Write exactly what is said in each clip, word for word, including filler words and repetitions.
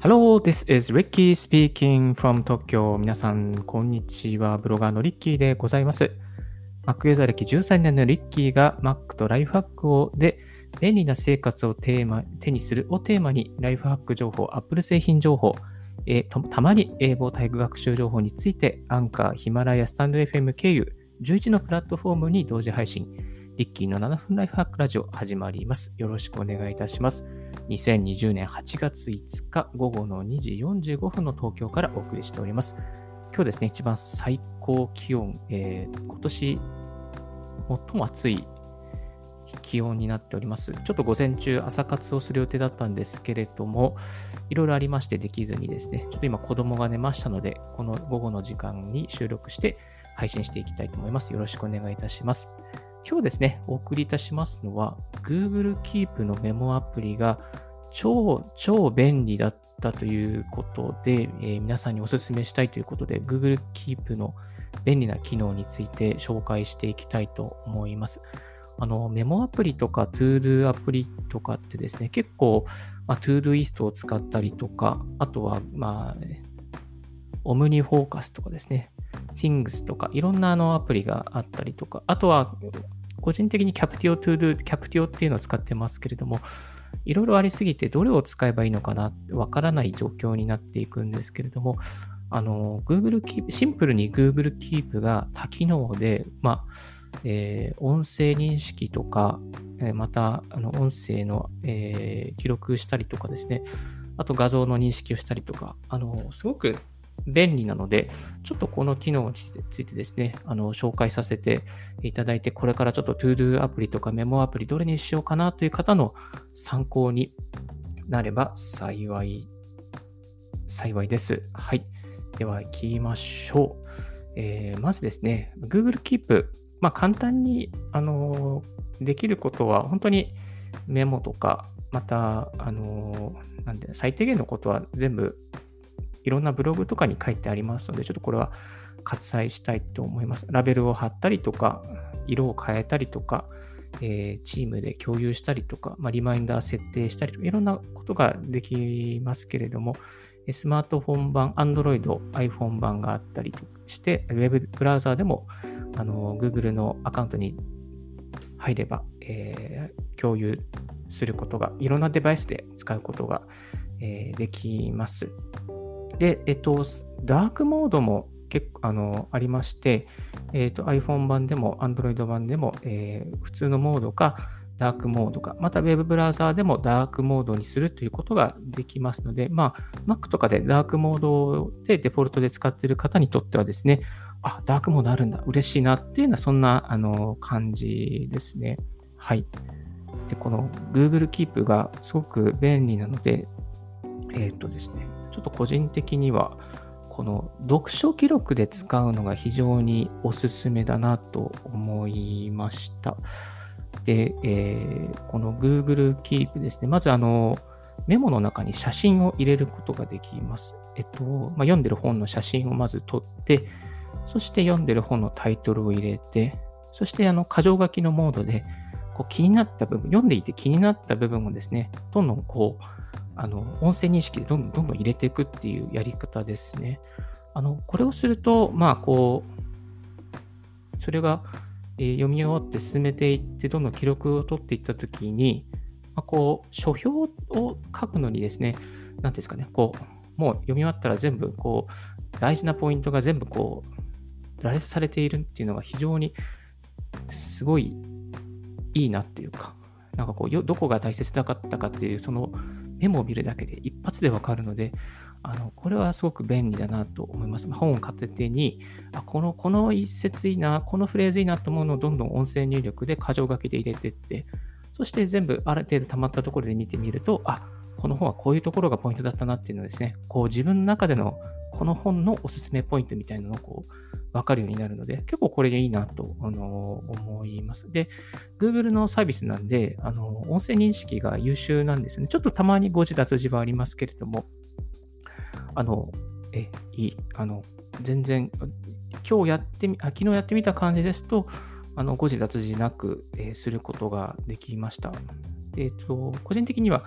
Hello, this is Ricky speaking from Tokyo. 皆さん、こんにちは。ブロガーのリッキーでございます。Mac ユーザー歴じゅうさんねんのリッキーが Mac とライフハックをで便利な生活をテーマ手にするをテーマにライフハック情報、Apple 製品情報、えー、とたまに英語体育学習情報についてアンカー、ヒマラヤ、スタンド エフエム 経由じゅういちのプラットフォームに同時配信。リッキーのななふんライフハックラジオ始まります。よろしくお願いいたします。にせんにじゅうねんはちがついつか午後のにじよんじゅうごふんの東京からお送りしております。今日ですね、一番最高気温、えー、今年最も暑い気温になっております。ちょっと午前中朝活をする予定だったんですけれども、いろいろありましてできずにですね、ちょっと今子供が寝ましたので、この午後の時間に収録して配信していきたいと思います。よろしくお願いいたします。今日ですね、お送りいたしますのは Google Keep のメモアプリが超超便利だったということで、えー、皆さんにお勧めしたいということで Google Keep の便利な機能について紹介していきたいと思います。あのメモアプリとか ToDo アプリとかってですね、結構、まあ、ToDoist を使ったりとか、あとはまあオムニフォーカスとかですね、Things とかいろんなあのアプリがあったりとか、あとは個人的に Captio ToDo、Captio っていうのを使ってますけれども、いろいろありすぎてどれを使えばいいのかなわからない状況になっていくんですけれども、あの Google Keep、シンプルに Google Keep が多機能で、まあえー、音声認識とか、えー、またあの音声の、えー、記録したりとかですね、あと画像の認識をしたりとか、あのすごく便利なので、ちょっとこの機能についてですね、あの紹介させていただいて、これからちょっと ToDo アプリとかメモアプリどれにしようかなという方の参考になれば幸い、幸いです。はい。では行きましょう。えー、まずですね、Google Keep、まあ簡単に、あのー、できることは本当にメモとか、また、あのー、なんで最低限のことは全部いろんなブログとかに書いてありますので、ちょっとこれは割愛したいと思います。ラベルを貼ったりとか、色を変えたりとか、えー、チームで共有したりとか、まあ、リマインダー設定したりとか、いろんなことができますけれども、スマートフォン版、Android、iPhone 版があったりして、ウェブブラウザーでもあの Google のアカウントに入れば、えー、共有することが、いろんなデバイスで使うことが、えー、できます。で、えっと、ダークモードも結構あのありまして、えっと、iPhone 版でも Android 版でも、えー、普通のモードかダークモードか、また Web ブラウザーでもダークモードにするということができますので、まあ、Mac とかでダークモードでデフォルトで使っている方にとってはですね、あ、ダークモードあるんだ、嬉しいなっていうような、そんなあの感じですね。はい。で、この Google Keep がすごく便利なので、えっとですね、ちょっと個人的には、この読書記録で使うのが非常におすすめだなと思いました。で、えー、この Google Keep ですね、まずあの、メモの中に写真を入れることができます。えっと、まあ、読んでる本の写真をまず撮って、そして読んでる本のタイトルを入れて、そしてあの、箇条書きのモードで、こう気になった部分、読んでいて気になった部分をですね、どんどんこう、あの音声認識でどんどんどんどん入れていくっていうやり方ですね。あのこれをすると、まあこう、それが、えー、読み終わって進めていって、どんどん記録を取っていったときに、まあ、こう、書評を書くのにですね、なんですかね、こう、もう読み終わったら全部、こう、大事なポイントが全部こう、羅列されているっていうのが非常にすごいいいなっていうか、なんかこう、よどこが大切だったかっていう、その、メモを見るだけで一発でわかるので、あのこれはすごく便利だなと思います。本を片手に、あこのこの一節いいな、このフレーズいいなと思うのをどんどん音声入力で箇条書きで入れていって、そして全部ある程度溜まったところで見てみると、あこの本はこういうところがポイントだったなっていうのをですね、こう自分の中でのこの本のおすすめポイントみたいなのをこう分かるようになるので、結構これでいいなと、あの思います。で、Google のサービスなんで、あの音声認識が優秀なんですね。ちょっとたまに誤字脱字はありますけれども、あの、え、いい、あの、全然、今日やってみ、あ昨日やってみた感じですと、あの誤字脱字なく、えー、することができました。えっと、個人的には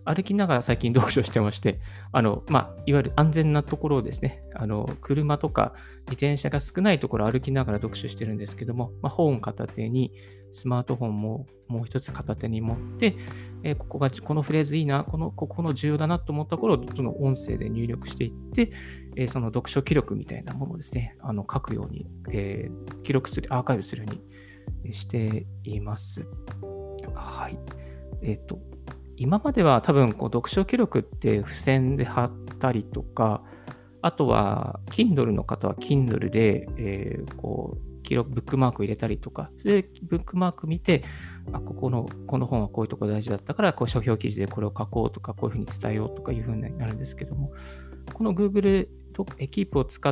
歩きながら最近読書してまして、あの、まあ、いわゆる安全なところをですね、あの、車とか自転車が少ないところを歩きながら読書してるんですけども、まあ、本片手に、スマートフォンももう一つ片手に持って、えーここが、このフレーズいいな、この、ここの重要だなと思ったところを、その音声で入力していって、えーその読書記録みたいなものをですね、あの、書くように、えー記録する、アーカイブするようにしています。はい。えっと、今までは多分こう読書記録って付箋で貼ったりとか、あとは Kindle の方は Kindle で、えーこう記録ブックマーク入れたりとか、それでブックマーク見て、あここのこの本はこういうところ大事だったから、こう書評記事でこれを書こうとか、こういうふうに伝えようとかいうふうになるんですけども、この Google とえ Keep を使って、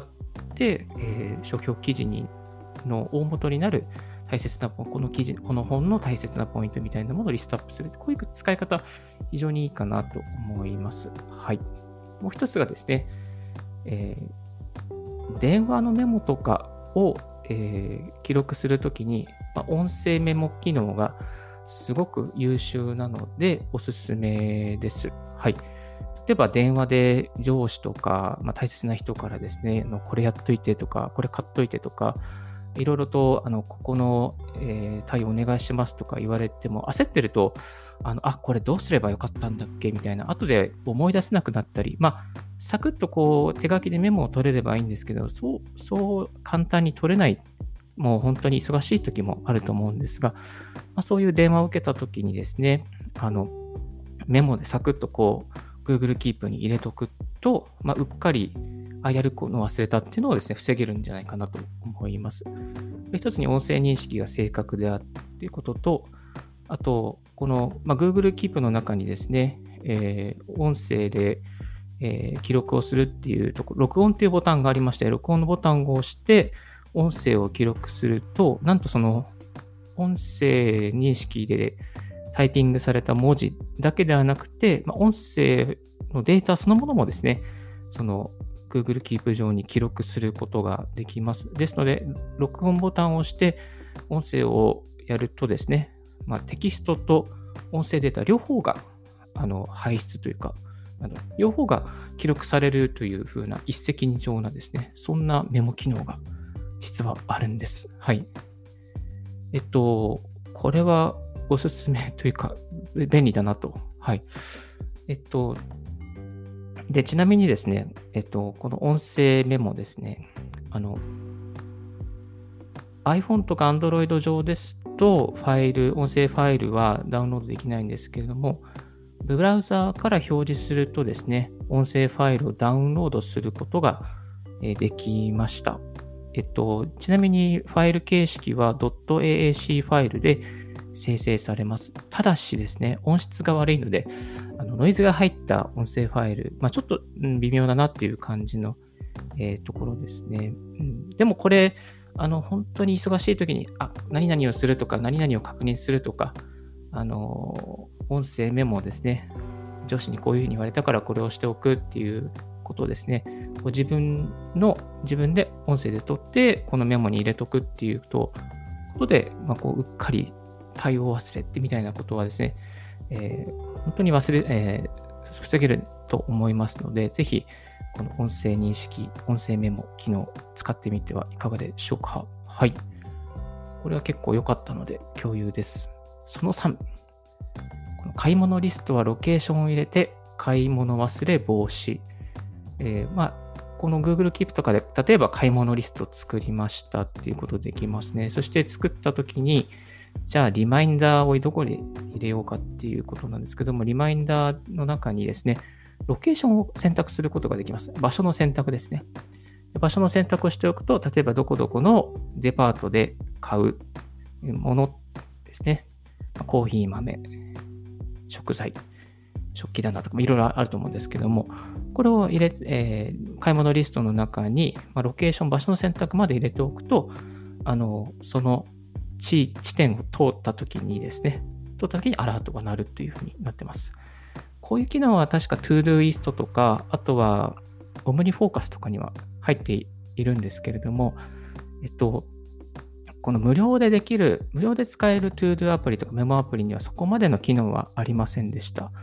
えー書評記事にの大元になる大切なポイント、この記事、この本の大切なポイントみたいなものをリストアップする。こういう使い方、非常にいいかなと思います。はい。もう一つがですね、えー電話のメモとかを、えー記録するときに、まあ音声メモ機能がすごく優秀なので、おすすめです。はい。例えば電話で上司とか、まあ、大切な人からですね、あのこれやっといてとか、これ買っといてとか、いろいろと、あの、ここの、えー対応お願いしますとか言われても、焦ってると、あの、あ、これどうすればよかったんだっけみたいな、後で思い出せなくなったり、まあ、サクッとこう、手書きでメモを取れればいいんですけど、そう、そう簡単に取れない、もう本当に忙しい時もあると思うんですが、まあ、そういう電話を受けた時にですね、あの、メモでサクッとこう、Google Keep に入れとくと、まあ、うっかり、あ、やるの忘れたっていうのをですね、防げるんじゃないかなと思います。で一つに音声認識が正確であるということと、あと、この、まあ、Google Keep の中にですね、えー音声で、えー記録をするっていうところ、録音っていうボタンがありまして、録音のボタンを押して、音声を記録すると、なんとその音声認識でタイピングされた文字だけではなくて、まあ、音声のデータそのものもですね、その Google Keep 上に記録することができます。ですので、録音ボタンを押して音声をやるとですね、まあ、テキストと音声データ両方があの排出というか、あの両方が記録されるというふうな一石二鳥なですね、そんなメモ機能が実はあるんです。はい。えっと、これはおすすめというか、便利だなと。はい。えっと、で、ちなみにですね、えっと、この音声メモですね、あの、iPhone とか Android 上ですと、ファイル、音声ファイルはダウンロードできないんですけれども、ブラウザーから表示するとですね、音声ファイルをダウンロードすることがえーできました。えっと、ちなみにファイル形式は .aac ファイルで生成されます。ただしですね、音質が悪いので、あのノイズが入った音声ファイル、まあ、ちょっと、うん、微妙だなっていう感じの、えーところですね。うん、でもこれ、あの本当に忙しい時に、あ、何々をするとか、何々を確認するとか、あの音声メモをですね、上司にこういうふうに言われたからこれをしておくっていうことをですね、こう自分の、自分で音声で取って、このメモに入れとくっていうとことで、まあ、こううっかり対応忘れてみたいなことはですね、えー本当に忘れ、えー防げると思いますので、ぜひ、この音声認識、音声メモ機能使ってみてはいかがでしょうか。はい。これは結構良かったので共有です。そのさん。この買い物リストはロケーションを入れて買い物忘れ防止。えーまあ、この Google Keep とかで、例えば買い物リストを作りましたっていうことできますね。そして作ったときに、じゃあリマインダーをどこに入れようかっていうことなんですけども、リマインダーの中にですね、ロケーションを選択することができます。場所の選択ですね。場所の選択をしておくと、例えばどこどこのデパートで買うものですね。コーヒー豆、食材、食器棚とかいろいろあると思うんですけども、これを入れ、えー買い物リストの中に、まあ、ロケーション、場所の選択まで入れておくと、あのその地、地点を通ったときにですね、通ったときにアラートが鳴るというふうになってます。こういう機能は確か ToDoist とか、あとは OmniFocus とかには入っているんですけれども、えっと、この無料でできる、無料で使える ToDo アプリとかメモアプリにはそこまでの機能はありませんでした。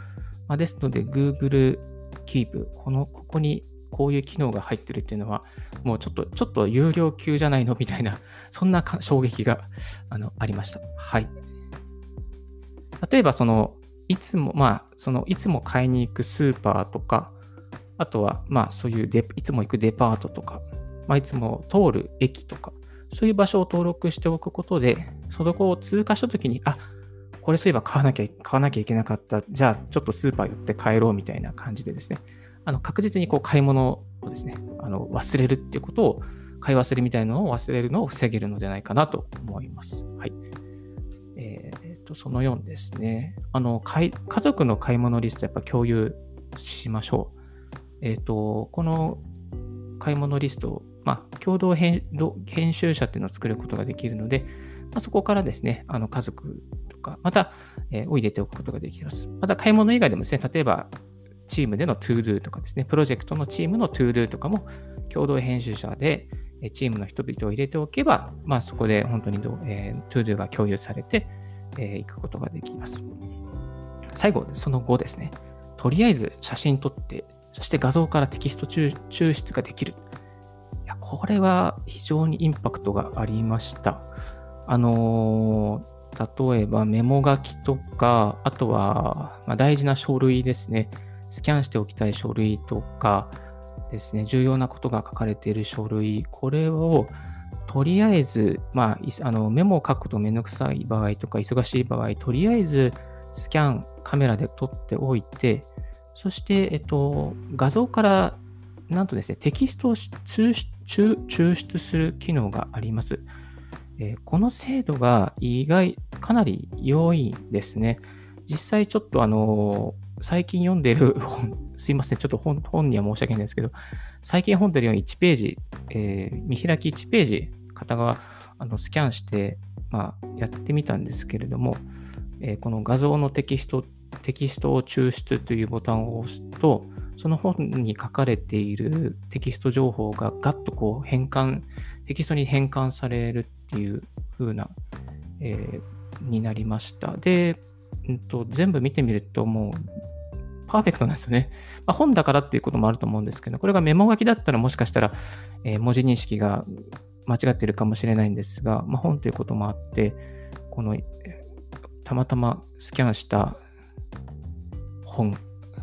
まあ、ですので Google Keep、この、ここにこういう機能が入ってるっていうのは、もうちょっと、ちょっと有料級じゃないのみたいな、そんなか衝撃があのありました。はい。例えば、その、いつも、まあ、その、いつも買いに行くスーパーとか、あとは、まあ、そういうデ、いつも行くデパートとか、まあ、いつも通る駅とか、そういう場所を登録しておくことで、そこを通過したときに、あ、これそういえば買わなきゃ、買わなきゃいけなかった。じゃあ、ちょっとスーパー寄って帰ろうみたいな感じでですね、あの、確実にこう買い物をですね、あの、忘れるっていうことを、買い忘れみたいなのを忘れるのを防げるのではないかなと思います。はい。えー、と、そのよんですね。あの、家族の買い物リストやっぱ共有しましょう。えっ、ー、と、この買い物リストを、まあ、共同編編集者っていうのを作ることができるので、まあ、そこからですね、あの家族とか、また、えー、を入れておくことができます。また、買い物以外でもですね、例えば、チームでの ToDo とかですね、プロジェクトのチームの ToDo とかも、共同編集者で、チームの人々を入れておけば、まあ、そこで本当にどう、えー、ToDo が共有されて、えー、いくことができます。最後、そのごですね。とりあえず写真撮って、そして画像からテキスト抽出ができる。いや、これは非常にインパクトがありました。あのー、例えばメモ書きとか、あとは、まあ、大事な書類ですね。スキャンしておきたい書類とかですね、重要なことが書かれている書類、これをとりあえず、まあ、あのメモを書くとめんどくさい場合とか忙しい場合、とりあえずスキャン、カメラで撮っておいて、そして、えっと、画像からなんとですね、テキストを抽出、抽出する機能があります。えー、この精度が意外、かなり良いですね。実際ちょっとあのー、最近読んでいる本、すいません、ちょっと 本, 本には申し訳ないんですけど、最近本でるようにいちページ、えー、見開きいちページ、片側あのスキャンして、まあ、やってみたんですけれども、えー、この画像のテキスト、テキストを抽出というボタンを押すと、その本に書かれているテキスト情報がガッとこう変換、テキストに変換されるっていう風な、えー、になりました。で、うんと、全部見てみるともうパーフェクトなんですよね。まあ、本だからっていうこともあると思うんですけど、これがメモ書きだったらもしかしたら、えー、文字認識が間違っているかもしれないんですが、まあ、本ということもあって、このたまたまスキャンした本、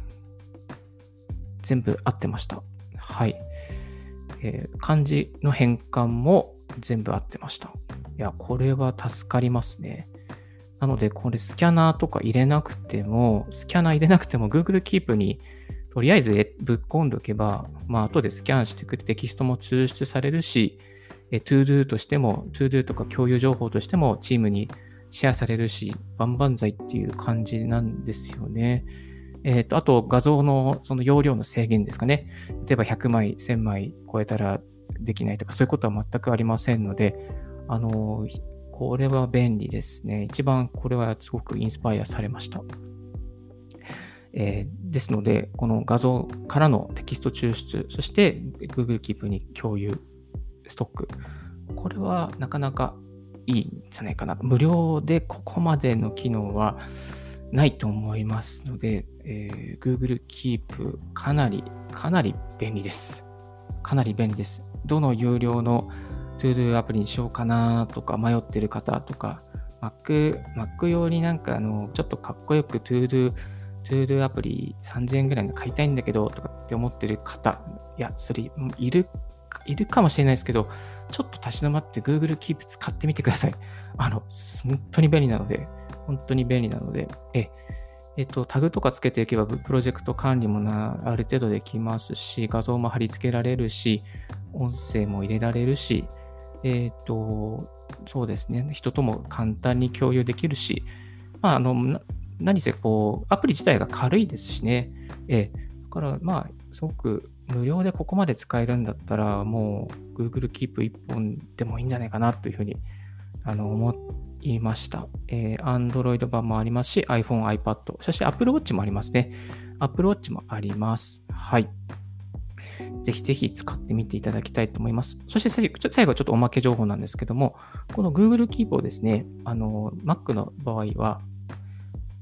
全部合ってました。はい。えー、漢字の変換も全部合ってました。いや、これは助かりますね。なので、これスキャナーとか入れなくても、スキャナー入れなくても Google Keep にとりあえずぶっ込んでおけば、まあ、後でスキャンしてくれテキストも抽出されるし、ToDo としても、ToDo とか共有情報としてもチームにシェアされるし、万々歳っていう感じなんですよね。えっと、あと画像のその容量の制限ですかね。例えばひゃくまい、せんまい超えたらできないとか、そういうことは全くありませんので、あの、これは便利ですね。一番これはすごくインスパイアされました。えー、ですので、この画像からのテキスト抽出、そして Google Keep に共有、ストック。これはなかなかいいんじゃないかな。無料でここまでの機能はないと思いますので、えー、Google Keep かなり、かなり便利です。かなり便利です。どの有料の ToDo アプリにしようかなとか迷ってる方とか、Mac、Mac 用になんかあの、ちょっとかっこよく ToDo、ToDo アプリさんぜんえんぐらいの買いたいんだけどとかって思ってる方、いや、それいる、いるかもしれないですけど、ちょっと立ち止まって Google Keep 使ってみてください。あの、本当に便利なので、本当に便利なので、え、えっと、タグとかつけていけば、プロジェクト管理もなある程度できますし、画像も貼り付けられるし、音声も入れられるし、えっと、そうですね、人とも簡単に共有できるし、まあ、あの、何せこう、アプリ自体が軽いですしね、え、だから、まあ、すごく無料でここまで使えるんだったら、もう Google Keep 一本でもいいんじゃないかなというふうにあの思いました。えー、Android 版もありますし、iPhone、iPad、そして Apple Watch もありますね。Apple Watch もあります。はい。ぜひぜひ使ってみていただきたいと思います。そして最後、最後ちょっとおまけ情報なんですけども、この Google Keep をですね、あの Mac の場合は、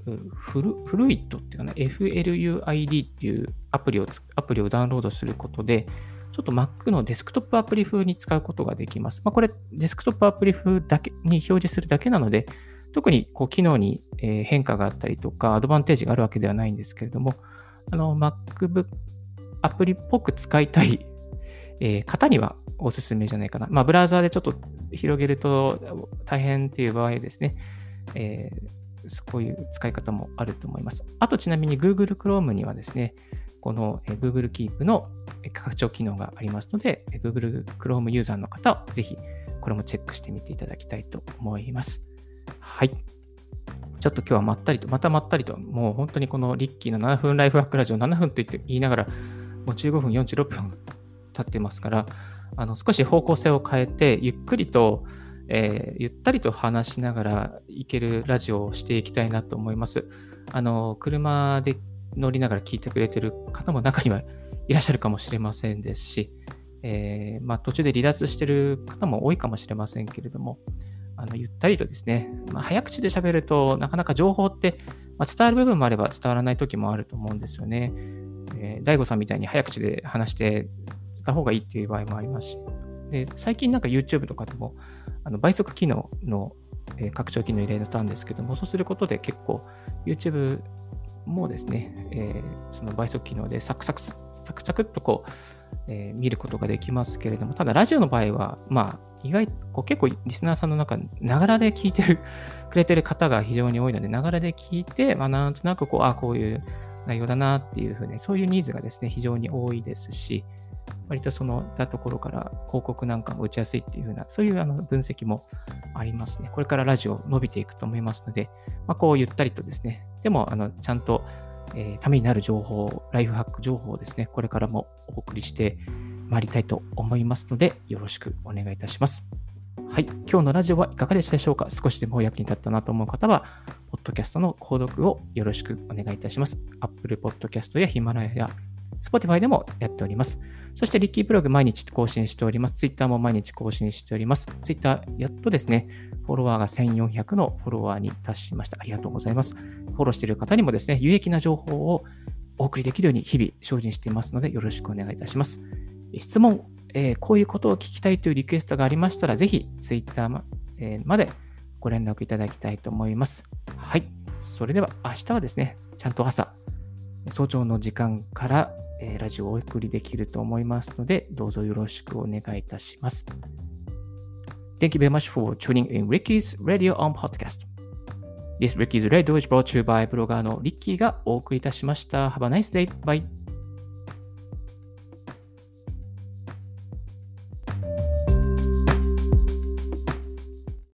フル、フルイットっていうかな、エフエルユーアイディー っていうアプリをつ、アプリをダウンロードすることで、ちょっと Mac のデスクトップアプリ風に使うことができます。まあ、これ、デスクトップアプリ風だけに表示するだけなので、特にこう機能にえー変化があったりとか、アドバンテージがあるわけではないんですけれども、あの MacBook アプリっぽく使いたい、えー方にはおすすめじゃないかな。まあ、ブラウザーでちょっと広げると大変っていう場合ですね、えーこういう使い方もあると思います。あとちなみに Google Chrome にはですね、このえー Google Keep のえー拡張機能がありますので、えー Google Chrome ユーザーの方はぜひこれもチェックしてみていただきたいと思います。はい。ちょっと今日はまったりと、またまったりと、もう本当にこのリッキーのななふんライフハックラジオななふんと言って言いながら、もうじゅうごふんよんじゅうろっぷん経ってますから、あの少し方向性を変えて、ゆっくりと、えーゆったりと話しながらいけるラジオをしていきたいなと思います。あの、車で乗りながら聞いてくれてる方も中にはいらっしゃるかもしれませんですし、えーまあ、途中で離脱してる方も多いかもしれませんけれども、あのゆったりとですね、まあ、早口で喋るとなかなか情報って、まあ、伝わる部分もあれば伝わらない時もあると思うんですよね。えー、大悟さんみたいに早口で話してた方がいいっていう場合もありますし、で最近なんか YouTube とかでもあの倍速機能の、えー拡張機能入れたんですけども、そうすることで結構 YouTube もですね、えーその倍速機能でサクサクサクサクっとこう、えー見ることができますけれども、ただラジオの場合は、まあ、意外こう結構リスナーさんの中、ながらで聞いてるくれてる方が非常に多いので、ながらで聞いて、まあ、なんとなくこう、あこういう内容だなっていうふうに、そういうニーズがですね、非常に多いですし、割とそのたところから広告なんかも打ちやすいっていうふうな、そういうあの分析もありますね。これからラジオ伸びていくと思いますので、まあ、こうゆったりとですね、でもあのちゃんと、えーためになる情報、ライフハック情報をですね、これからもお送りしてまいりたいと思いますので、よろしくお願いいたします。はい。今日のラジオはいかがでしたでしょうか？少しでも役に立ったなと思う方は、ポッドキャストの購読をよろしくお願いいたします。Apple Podcast やヒマラヤや Spotify でもやっております。そして、リッキーブログ毎日更新しております。Twitter も毎日更新しております。Twitter やっとですね、フォロワーがせんよんひゃくのフォロワーに達しました。ありがとうございます。フォローしている方にもですね、有益な情報をお送りできるように日々精進していますので、よろしくお願いいたします。質問、えーこういうことを聞きたいというリクエストがありましたら、ぜひ Twitter ま,、えーまでご連絡いただきたいと思います。はい。それでは明日はですね、ちゃんと朝、早朝の時間から、えーラジオをお送りできると思いますので、どうぞよろしくお願いいたします。Thank you very much for tuning in Ricky's Radio on Podcast.This Ricky's Radio is brought to you by ブロガーのリッキーがお送りいたしました。Have a nice day. Bye.